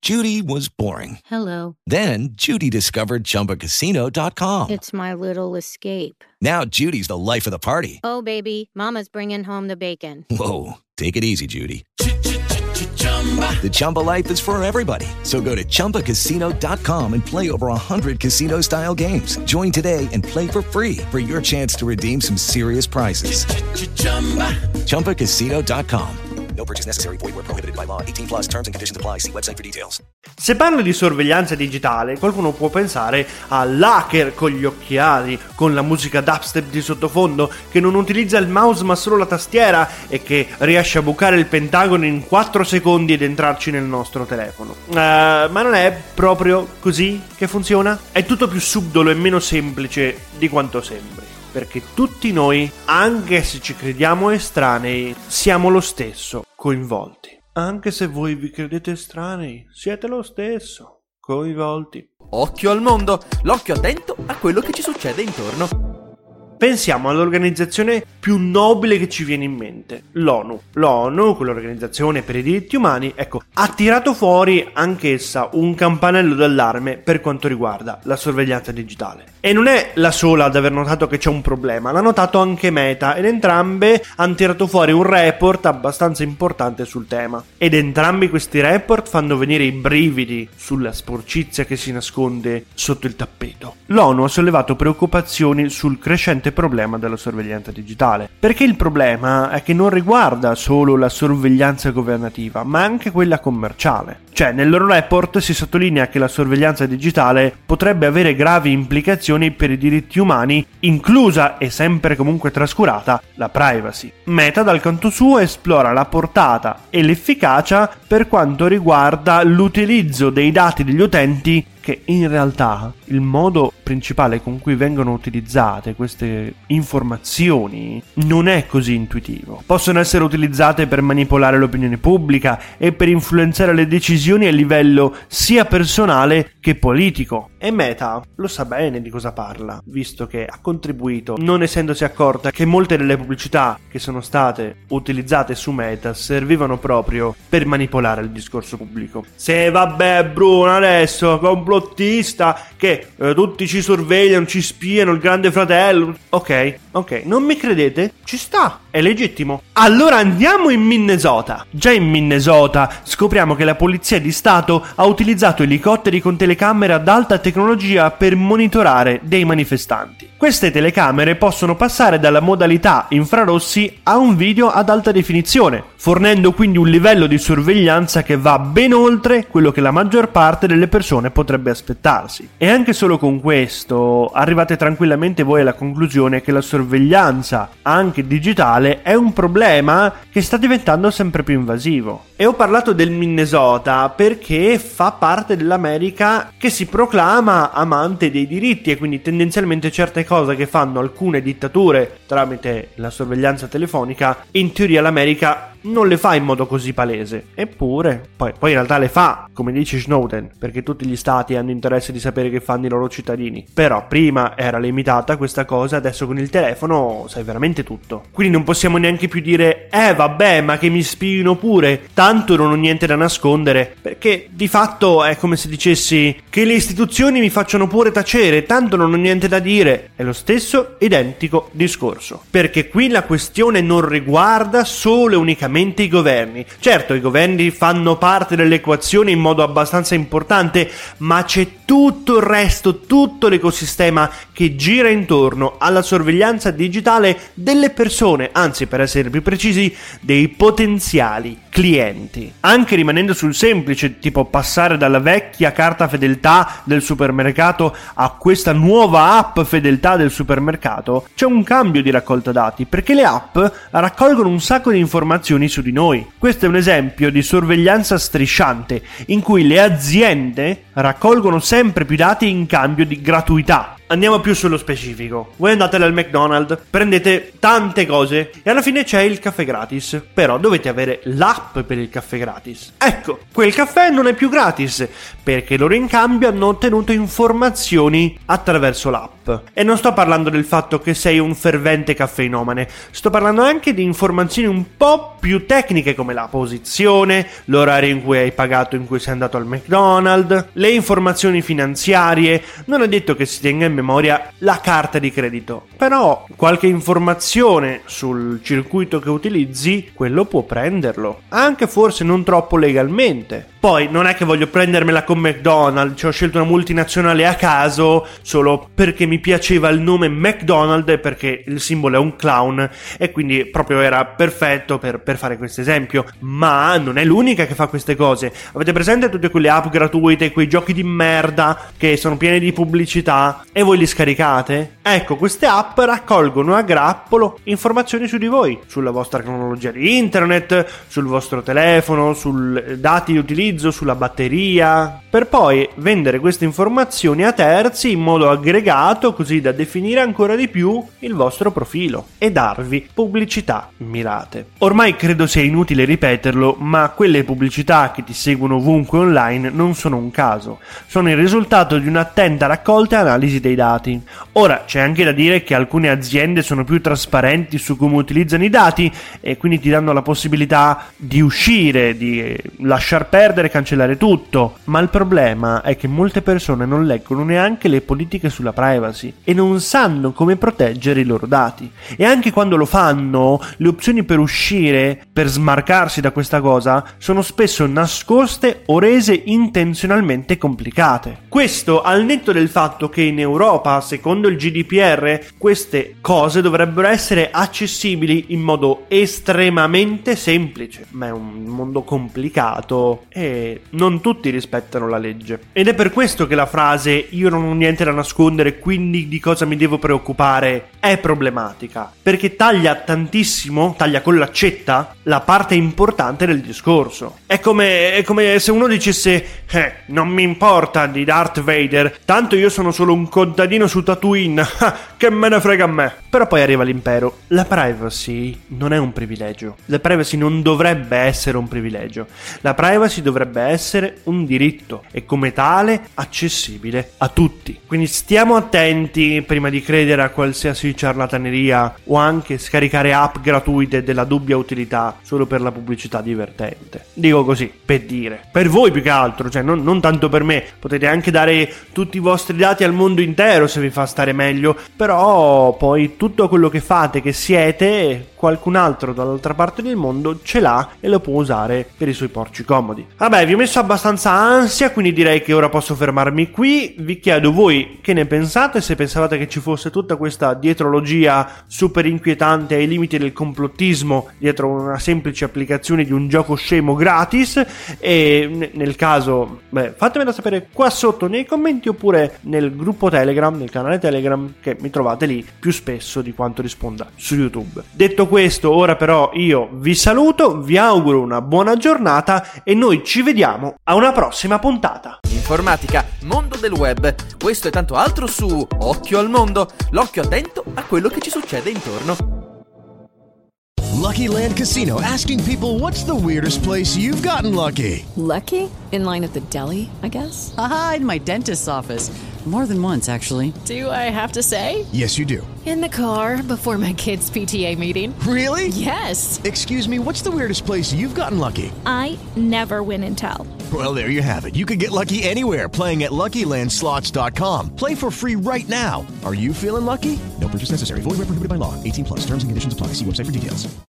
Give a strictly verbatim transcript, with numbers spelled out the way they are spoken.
Judy was boring. Hello. Then Judy discovered Chumba Casino dot com. It's my little escape. Now Judy's the life of the party. Oh, baby, mama's bringing home the bacon. Whoa, take it easy, Judy. The Chumba life is for everybody. So go to Chumba Casino dot com and play over one hundred casino-style games. Join today and play for free for your chance to redeem some serious prizes. Chumba Casino dot com. No purchase necessary. Void where prohibited by law. eighteen plus terms and conditions apply. See website for details. Se parlo di sorveglianza digitale, qualcuno può pensare all'hacker con gli occhiali, con la musica dubstep di sottofondo, che non utilizza il mouse ma solo la tastiera e che riesce a bucare il Pentagono in quattro secondi ed entrarci nel nostro telefono. Uh, ma non è proprio così che funziona? È tutto più subdolo e meno semplice di quanto sembri. Perché tutti noi, anche se ci crediamo estranei, siamo lo stesso coinvolti. Anche se voi vi credete estranei, siete lo stesso coinvolti. Occhio al mondo, l'occhio attento a quello che ci succede intorno. Pensiamo all'organizzazione più nobile che ci viene in mente, l'ONU. L'ONU, quell'organizzazione per i diritti umani, ecco, ha tirato fuori anch'essa un campanello d'allarme per quanto riguarda la sorveglianza digitale. E non è la sola ad aver notato che c'è un problema, l'ha notato anche Meta, ed entrambe hanno tirato fuori un report abbastanza importante sul tema. Ed entrambi questi report fanno venire i brividi sulla sporcizia che si nasconde sotto il tappeto. L'ONU ha sollevato preoccupazioni sul crescente problema della sorveglianza digitale, perché il problema è che non riguarda solo la sorveglianza governativa, ma anche quella commerciale. Cioè, nel loro report si sottolinea che la sorveglianza digitale potrebbe avere gravi implicazioni per i diritti umani, inclusa e sempre comunque trascurata la privacy. Meta, dal canto suo, esplora la portata e l'efficacia per quanto riguarda l'utilizzo dei dati degli utenti, che in realtà il modo principale con cui vengono utilizzate queste informazioni non è così intuitivo. Possono essere utilizzate per manipolare l'opinione pubblica e per influenzare le decisioni a livello sia personale che politico. E Meta lo sa bene di cosa parla, visto che ha contribuito, non essendosi accorta che molte delle pubblicità che sono state utilizzate su Meta servivano proprio per manipolare il discorso pubblico. Se vabbè Bruno adesso complottista che eh, tutti ci sorvegliano, ci spiano, il grande fratello. Ok, ok, non mi credete? Ci sta, è legittimo. Allora andiamo in Minnesota. Già in Minnesota scopriamo che la polizia di stato ha utilizzato elicotteri con telecamere ad alta tecnologia per monitorare dei manifestanti. Queste telecamere possono passare dalla modalità infrarossi a un video ad alta definizione, fornendo quindi un livello di sorveglianza che va ben oltre quello che la maggior parte delle persone potrebbe aspettarsi. E anche solo con questo arrivate tranquillamente voi alla conclusione che la sorveglianza, anche digitale, è un problema che sta diventando sempre più invasivo. E ho parlato del Minnesota perché fa parte dell'America che si proclama amante dei diritti, e quindi tendenzialmente certe cose che fanno alcune dittature tramite la sorveglianza telefonica, in teoria l'America non le fa in modo così palese. Eppure, poi, poi in realtà le fa, come dice Snowden, perché tutti gli stati hanno interesse di sapere che fanno i loro cittadini. Però prima era limitata questa cosa, adesso con il telefono sai veramente tutto. Quindi non possiamo neanche più dire eh vabbè, ma che mi spiino pure, tanto non ho niente da nascondere, perché di fatto è come se dicessi che le istituzioni mi facciano pure tacere, tanto non ho niente da dire. È lo stesso identico discorso, perché qui la questione non riguarda solo e unicamente i governi. Certo, i governi fanno parte dell'equazione in modo abbastanza importante, ma c'è tutto il resto, tutto l'ecosistema che gira intorno alla sorveglianza digitale delle persone, anzi, per essere più precisi, dei potenziali clienti. Anche rimanendo sul semplice, tipo passare dalla vecchia carta fedeltà del supermercato a questa nuova app fedeltà del supermercato, c'è un cambio di raccolta dati, perché le app raccolgono un sacco di informazioni su di noi. Questo è un esempio di sorveglianza strisciante, in cui le aziende raccolgono sempre più dati in cambio di gratuità. Andiamo più sullo specifico. Voi andate al McDonald's, prendete tante cose e alla fine c'è il caffè gratis. Però dovete avere l'app per il caffè gratis. Ecco, quel caffè non è più gratis perché loro in cambio hanno ottenuto informazioni attraverso l'app. E non sto parlando del fatto che sei un fervente caffeinomane, sto parlando anche di informazioni un po' più tecniche come la posizione, l'orario in cui hai pagato, in cui sei andato al McDonald's, le informazioni finanziarie. Non è detto che si tenga in memoria la carta di credito, però qualche informazione sul circuito che utilizzi, quello può prenderlo, anche forse non troppo legalmente. Poi non è che voglio prendermela con McDonald's, cioè ho scelto una multinazionale a caso solo perché mi piaceva il nome McDonald's e perché il simbolo è un clown e quindi proprio era perfetto per, per fare questo esempio. Ma non è l'unica che fa queste cose. Avete presente tutte quelle app gratuite, quei giochi di merda che sono pieni di pubblicità e voi li scaricate? Ecco, queste app raccolgono a grappolo informazioni su di voi, sulla vostra cronologia di internet, sul vostro telefono, sui dati di utilizzo, sulla batteria, per poi vendere queste informazioni a terzi in modo aggregato, così da definire ancora di più il vostro profilo e darvi pubblicità mirate. Ormai credo sia inutile ripeterlo, ma quelle pubblicità che ti seguono ovunque online non sono un caso, sono il risultato di un'attenta raccolta e analisi dei dati. Ora c'è anche da dire che alcune aziende sono più trasparenti su come utilizzano i dati e quindi ti danno la possibilità di uscire, di lasciar perdere, cancellare tutto, ma il problema è che molte persone non leggono neanche le politiche sulla privacy e non sanno come proteggere i loro dati, e anche quando lo fanno le opzioni per uscire, per smarcarsi da questa cosa, sono spesso nascoste o rese intenzionalmente complicate. Questo al netto del fatto che in Europa, secondo il G D P R, queste cose dovrebbero essere accessibili in modo estremamente semplice, ma è un mondo complicato e non tutti rispettano la legge. Ed è per questo che la frase "io non ho niente da nascondere, quindi di cosa mi devo preoccupare" è problematica, perché taglia tantissimo, taglia con l'accetta la parte importante del discorso. È come, è come se uno dicesse eh, non mi importa di Darth Vader, tanto io sono solo un contadino su Tatooine, che me ne frega a me. Però poi arriva l'impero. La privacy non è un privilegio, la privacy non dovrebbe essere un privilegio, la privacy dovrebbe essere un diritto e come tale accessibile a tutti. Quindi stiamo attenti prima di credere a qualsiasi ciarlataneria o anche scaricare app gratuite della dubbia utilità solo per la pubblicità divertente. Dico così, per dire. Per voi più che altro, cioè non, non tanto per me. Potete anche dare tutti i vostri dati al mondo intero se vi fa stare meglio, però poi tutto quello che fate, che siete, qualcun altro dall'altra parte del mondo ce l'ha e lo può usare per i suoi porci comodi. Vabbè, vi ho messo abbastanza ansia, quindi direi che ora posso fermarmi qui. Vi chiedo voi che ne pensate, se pensavate che ci fosse tutta questa dietrologia super inquietante ai limiti del complottismo dietro una semplice applicazione di un gioco scemo gratis, e nel caso, beh, fatemelo sapere qua sotto nei commenti oppure nel gruppo Telegram, nel canale Telegram, che mi trovate lì più spesso di quanto risponda su YouTube. Detto questo, ora però io vi saluto, vi auguro una buona giornata e noi ci vediamo a una prossima puntata. Informatica, mondo del web, questo e tanto altro su Occhio al Mondo, l'occhio attento a quello che ci succede intorno. Lucky Land Casino, asking people, what's the weirdest place you've gotten lucky? Lucky? In line at the deli, I guess? Aha, in my dentist's office. More than once, actually. Do I have to say? Yes, you do. In the car before my kids' P T A meeting. Really? Yes. Excuse me, what's the weirdest place you've gotten lucky? I never win and tell. Well, there you have it. You can get lucky anywhere, playing at Lucky Land Slots dot com. Play for free right now. Are you feeling lucky? No purchase necessary. Void where prohibited by law. eighteen plus. Terms and conditions apply. See website for details.